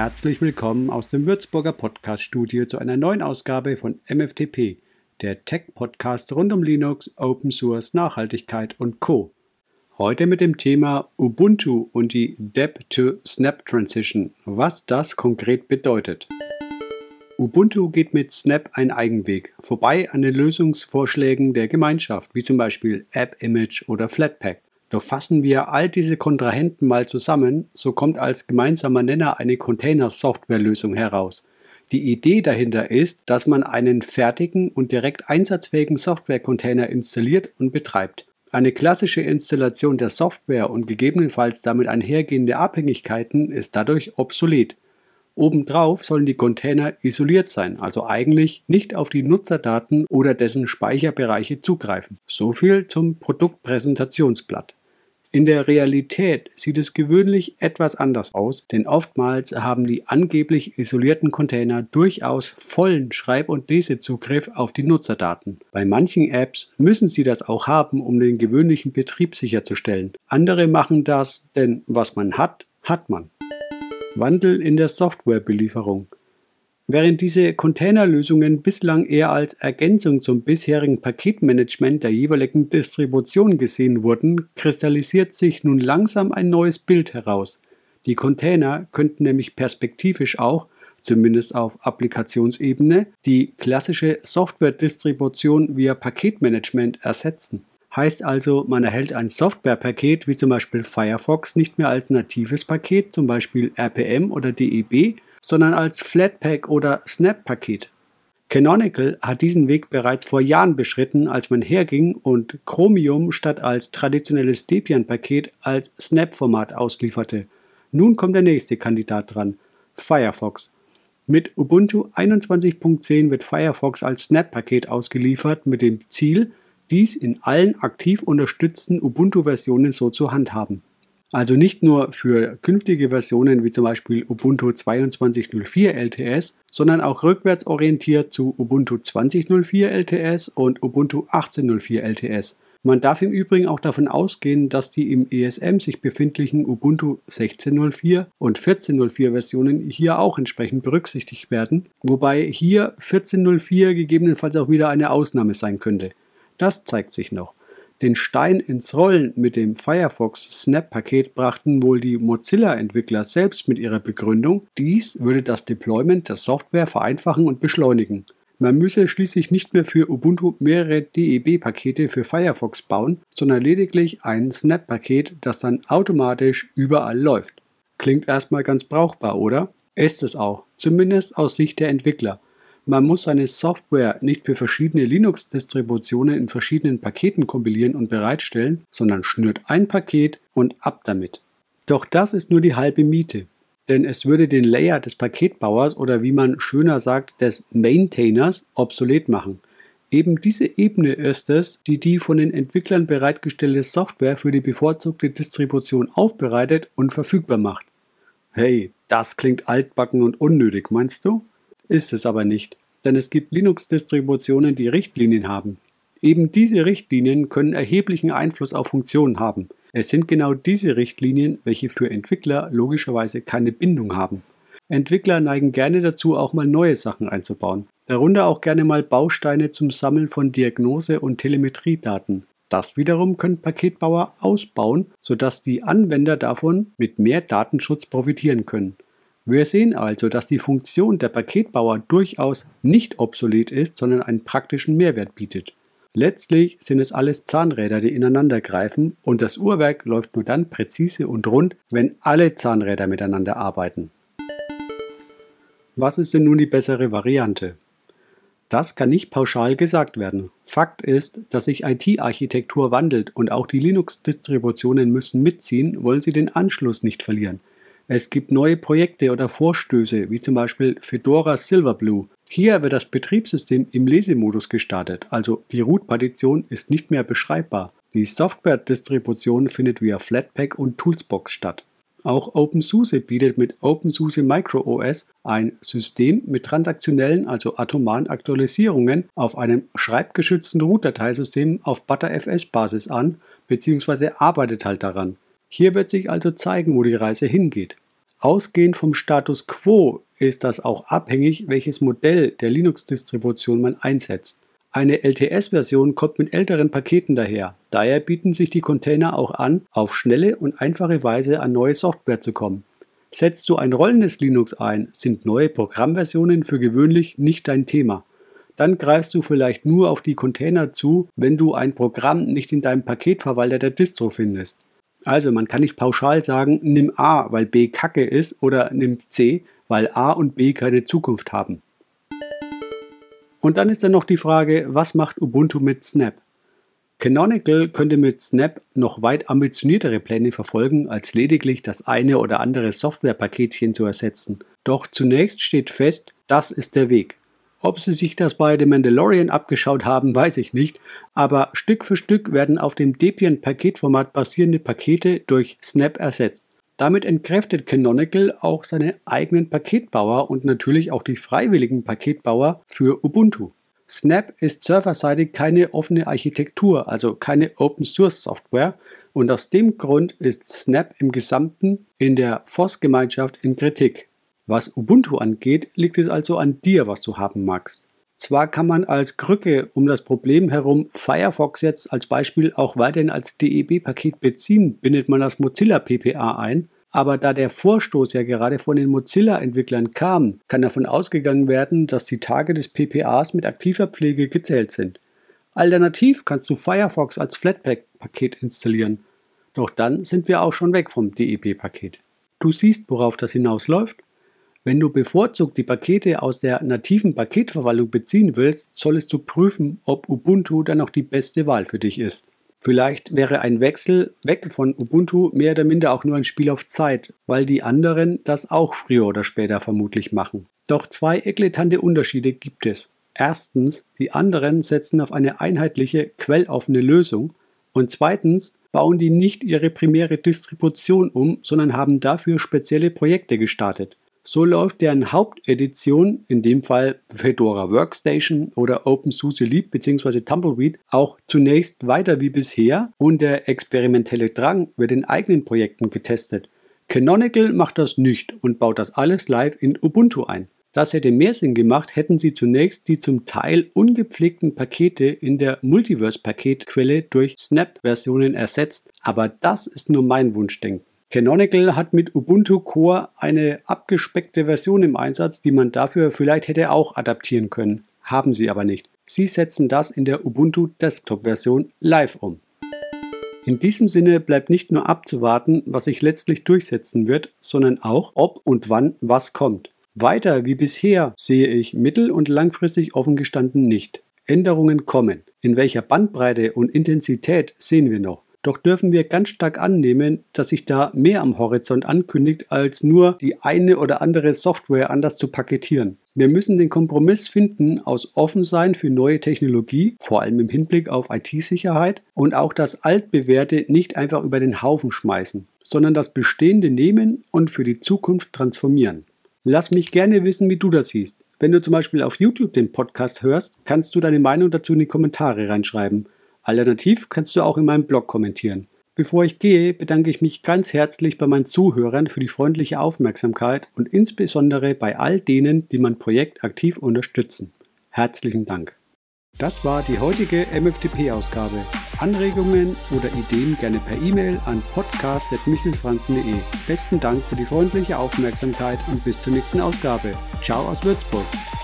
Herzlich willkommen aus dem Würzburger Podcast-Studio zu einer neuen Ausgabe von MFTP, der Tech-Podcast rund um Linux, Open Source, Nachhaltigkeit und Co. Heute mit dem Thema Ubuntu und die Deb-to-Snap-Transition, was das konkret bedeutet. Ubuntu geht mit Snap einen Eigenweg, vorbei an den Lösungsvorschlägen der Gemeinschaft, wie zum Beispiel AppImage oder Flatpak. Doch fassen wir all diese Kontrahenten mal zusammen, so kommt als gemeinsamer Nenner eine Container-Software-Lösung heraus. Die Idee dahinter ist, dass man einen fertigen und direkt einsatzfähigen Software-Container installiert und betreibt. Eine klassische Installation der Software und gegebenenfalls damit einhergehende Abhängigkeiten ist dadurch obsolet. Obendrauf sollen die Container isoliert sein, also eigentlich nicht auf die Nutzerdaten oder dessen Speicherbereiche zugreifen. Soviel zum Produktpräsentationsblatt. In der Realität sieht es gewöhnlich etwas anders aus, denn oftmals haben die angeblich isolierten Container durchaus vollen Schreib- und Lesezugriff auf die Nutzerdaten. Bei manchen Apps müssen sie das auch haben, um den gewöhnlichen Betrieb sicherzustellen. Andere machen das, denn was man hat, hat man. Wandel in der Softwarebelieferung. Während diese Containerlösungen bislang eher als Ergänzung zum bisherigen Paketmanagement der jeweiligen Distribution gesehen wurden, kristallisiert sich nun langsam ein neues Bild heraus. Die Container könnten nämlich perspektivisch auch, zumindest auf Applikationsebene, die klassische Software-Distribution via Paketmanagement ersetzen. Heißt also, man erhält ein Softwarepaket wie zum Beispiel Firefox nicht mehr als natives Paket, zum Beispiel RPM oder DEB, sondern als Flatpak oder Snap-Paket. Canonical hat diesen Weg bereits vor Jahren beschritten, als man herging und Chromium statt als traditionelles Debian-Paket als Snap-Format auslieferte. Nun kommt der nächste Kandidat dran, Firefox. Mit Ubuntu 21.10 wird Firefox als Snap-Paket ausgeliefert mit dem Ziel, dies in allen aktiv unterstützten Ubuntu-Versionen so zu handhaben. Also nicht nur für künftige Versionen wie zum Beispiel Ubuntu 22.04 LTS, sondern auch rückwärtsorientiert zu Ubuntu 20.04 LTS und Ubuntu 18.04 LTS. Man darf im Übrigen auch davon ausgehen, dass die im ESM sich befindlichen Ubuntu 16.04 und 14.04 Versionen hier auch entsprechend berücksichtigt werden, wobei hier 14.04 gegebenenfalls auch wieder eine Ausnahme sein könnte. Das zeigt sich noch. Den Stein ins Rollen mit dem Firefox Snap-Paket brachten wohl die Mozilla-Entwickler selbst mit ihrer Begründung, dies würde das Deployment der Software vereinfachen und beschleunigen. Man müsse schließlich nicht mehr für Ubuntu mehrere DEB-Pakete für Firefox bauen, sondern lediglich ein Snap-Paket, das dann automatisch überall läuft. Klingt erstmal ganz brauchbar, oder? Ist es auch, zumindest aus Sicht der Entwickler. Man muss seine Software nicht für verschiedene Linux-Distributionen in verschiedenen Paketen kompilieren und bereitstellen, sondern schnürt ein Paket und ab damit. Doch das ist nur die halbe Miete, denn es würde den Layer des Paketbauers oder wie man schöner sagt, des Maintainers obsolet machen. Eben diese Ebene ist es, die von den Entwicklern bereitgestellte Software für die bevorzugte Distribution aufbereitet und verfügbar macht. Hey, das klingt altbacken und unnötig, meinst du? Ist es aber nicht, denn es gibt Linux-Distributionen, die Richtlinien haben. Eben diese Richtlinien können erheblichen Einfluss auf Funktionen haben. Es sind genau diese Richtlinien, welche für Entwickler logischerweise keine Bindung haben. Entwickler neigen gerne dazu, auch mal neue Sachen einzubauen. Darunter auch gerne mal Bausteine zum Sammeln von Diagnose- und Telemetriedaten. Das wiederum können Paketbauer ausbauen, sodass die Anwender davon mit mehr Datenschutz profitieren können. Wir sehen also, dass die Funktion der Paketbauer durchaus nicht obsolet ist, sondern einen praktischen Mehrwert bietet. Letztlich sind es alles Zahnräder, die ineinander greifen und das Uhrwerk läuft nur dann präzise und rund, wenn alle Zahnräder miteinander arbeiten. Was ist denn nun die bessere Variante? Das kann nicht pauschal gesagt werden. Fakt ist, dass sich IT-Architektur wandelt und auch die Linux-Distributionen müssen mitziehen, wollen sie den Anschluss nicht verlieren. Es gibt neue Projekte oder Vorstöße, wie zum Beispiel Fedora Silverblue. Hier wird das Betriebssystem im Lesemodus gestartet, also die Root-Partition ist nicht mehr beschreibbar. Die Software-Distribution findet via Flatpak und Toolsbox statt. Auch OpenSUSE bietet mit OpenSUSE MicroOS ein System mit transaktionellen, also atomaren Aktualisierungen auf einem schreibgeschützten Root-Dateisystem auf ButterFS-Basis an, bzw. arbeitet halt daran. Hier wird sich also zeigen, wo die Reise hingeht. Ausgehend vom Status Quo ist das auch abhängig, welches Modell der Linux-Distribution man einsetzt. Eine LTS-Version kommt mit älteren Paketen daher. Daher bieten sich die Container auch an, auf schnelle und einfache Weise an neue Software zu kommen. Setzt du ein rollendes Linux ein, sind neue Programmversionen für gewöhnlich nicht dein Thema. Dann greifst du vielleicht nur auf die Container zu, wenn du ein Programm nicht in deinem Paketverwalter der Distro findest. Also man kann nicht pauschal sagen, nimm A, weil B Kacke ist, oder nimm C, weil A und B keine Zukunft haben. Und dann ist dann noch die Frage, was macht Ubuntu mit Snap? Canonical könnte mit Snap noch weit ambitioniertere Pläne verfolgen, als lediglich das eine oder andere Softwarepaketchen zu ersetzen. Doch zunächst steht fest, das ist der Weg. Ob sie sich das bei The Mandalorian abgeschaut haben, weiß ich nicht, aber Stück für Stück werden auf dem Debian-Paketformat basierende Pakete durch Snap ersetzt. Damit entkräftet Canonical auch seine eigenen Paketbauer und natürlich auch die freiwilligen Paketbauer für Ubuntu. Snap ist serverseitig keine offene Architektur, also keine Open-Source-Software, und aus dem Grund ist Snap im Gesamten in der FOSS-Gemeinschaft in Kritik. Was Ubuntu angeht, liegt es also an dir, was du haben magst. Zwar kann man als Krücke um das Problem herum Firefox jetzt als Beispiel auch weiterhin als DEB-Paket beziehen, bindet man das Mozilla PPA ein, aber da der Vorstoß ja gerade von den Mozilla-Entwicklern kam, kann davon ausgegangen werden, dass die Tage des PPAs mit aktiver Pflege gezählt sind. Alternativ kannst du Firefox als Flatpak-Paket installieren, doch dann sind wir auch schon weg vom DEB-Paket. Du siehst, worauf das hinausläuft? Wenn du bevorzugt die Pakete aus der nativen Paketverwaltung beziehen willst, solltest du prüfen, ob Ubuntu dann noch die beste Wahl für dich ist. Vielleicht wäre ein Wechsel weg von Ubuntu mehr oder minder auch nur ein Spiel auf Zeit, weil die anderen das auch früher oder später vermutlich machen. Doch zwei eklatante Unterschiede gibt es. Erstens, die anderen setzen auf eine einheitliche, quelloffene Lösung, und zweitens bauen die nicht ihre primäre Distribution um, sondern haben dafür spezielle Projekte gestartet. So läuft deren Hauptedition, in dem Fall Fedora Workstation oder OpenSUSE Leap bzw. Tumbleweed, auch zunächst weiter wie bisher und der experimentelle Drang wird in eigenen Projekten getestet. Canonical macht das nicht und baut das alles live in Ubuntu ein. Das hätte mehr Sinn gemacht, hätten sie zunächst die zum Teil ungepflegten Pakete in der Multiverse-Paketquelle durch Snap-Versionen ersetzt, aber das ist nur mein Wunschdenken. Canonical hat mit Ubuntu Core eine abgespeckte Version im Einsatz, die man dafür vielleicht hätte auch adaptieren können. Haben sie aber nicht. Sie setzen das in der Ubuntu Desktop-Version live um. In diesem Sinne bleibt nicht nur abzuwarten, was sich letztlich durchsetzen wird, sondern auch, ob und wann was kommt. Weiter wie bisher sehe ich mittel- und langfristig offen gestanden nicht. Änderungen kommen. In welcher Bandbreite und Intensität sehen wir noch. Doch dürfen wir ganz stark annehmen, dass sich da mehr am Horizont ankündigt, als nur die eine oder andere Software anders zu paketieren. Wir müssen den Kompromiss finden aus Offensein für neue Technologie, vor allem im Hinblick auf IT-Sicherheit, und auch das Altbewährte nicht einfach über den Haufen schmeißen, sondern das Bestehende nehmen und für die Zukunft transformieren. Lass mich gerne wissen, wie du das siehst. Wenn du zum Beispiel auf YouTube den Podcast hörst, kannst du deine Meinung dazu in die Kommentare reinschreiben. Alternativ kannst du auch in meinem Blog kommentieren. Bevor ich gehe, bedanke ich mich ganz herzlich bei meinen Zuhörern für die freundliche Aufmerksamkeit und insbesondere bei all denen, die mein Projekt aktiv unterstützen. Herzlichen Dank. Das war die heutige MFTP-Ausgabe. Anregungen oder Ideen gerne per E-Mail an podcast@michelfranken.de. Besten Dank für die freundliche Aufmerksamkeit und bis zur nächsten Ausgabe. Ciao aus Würzburg.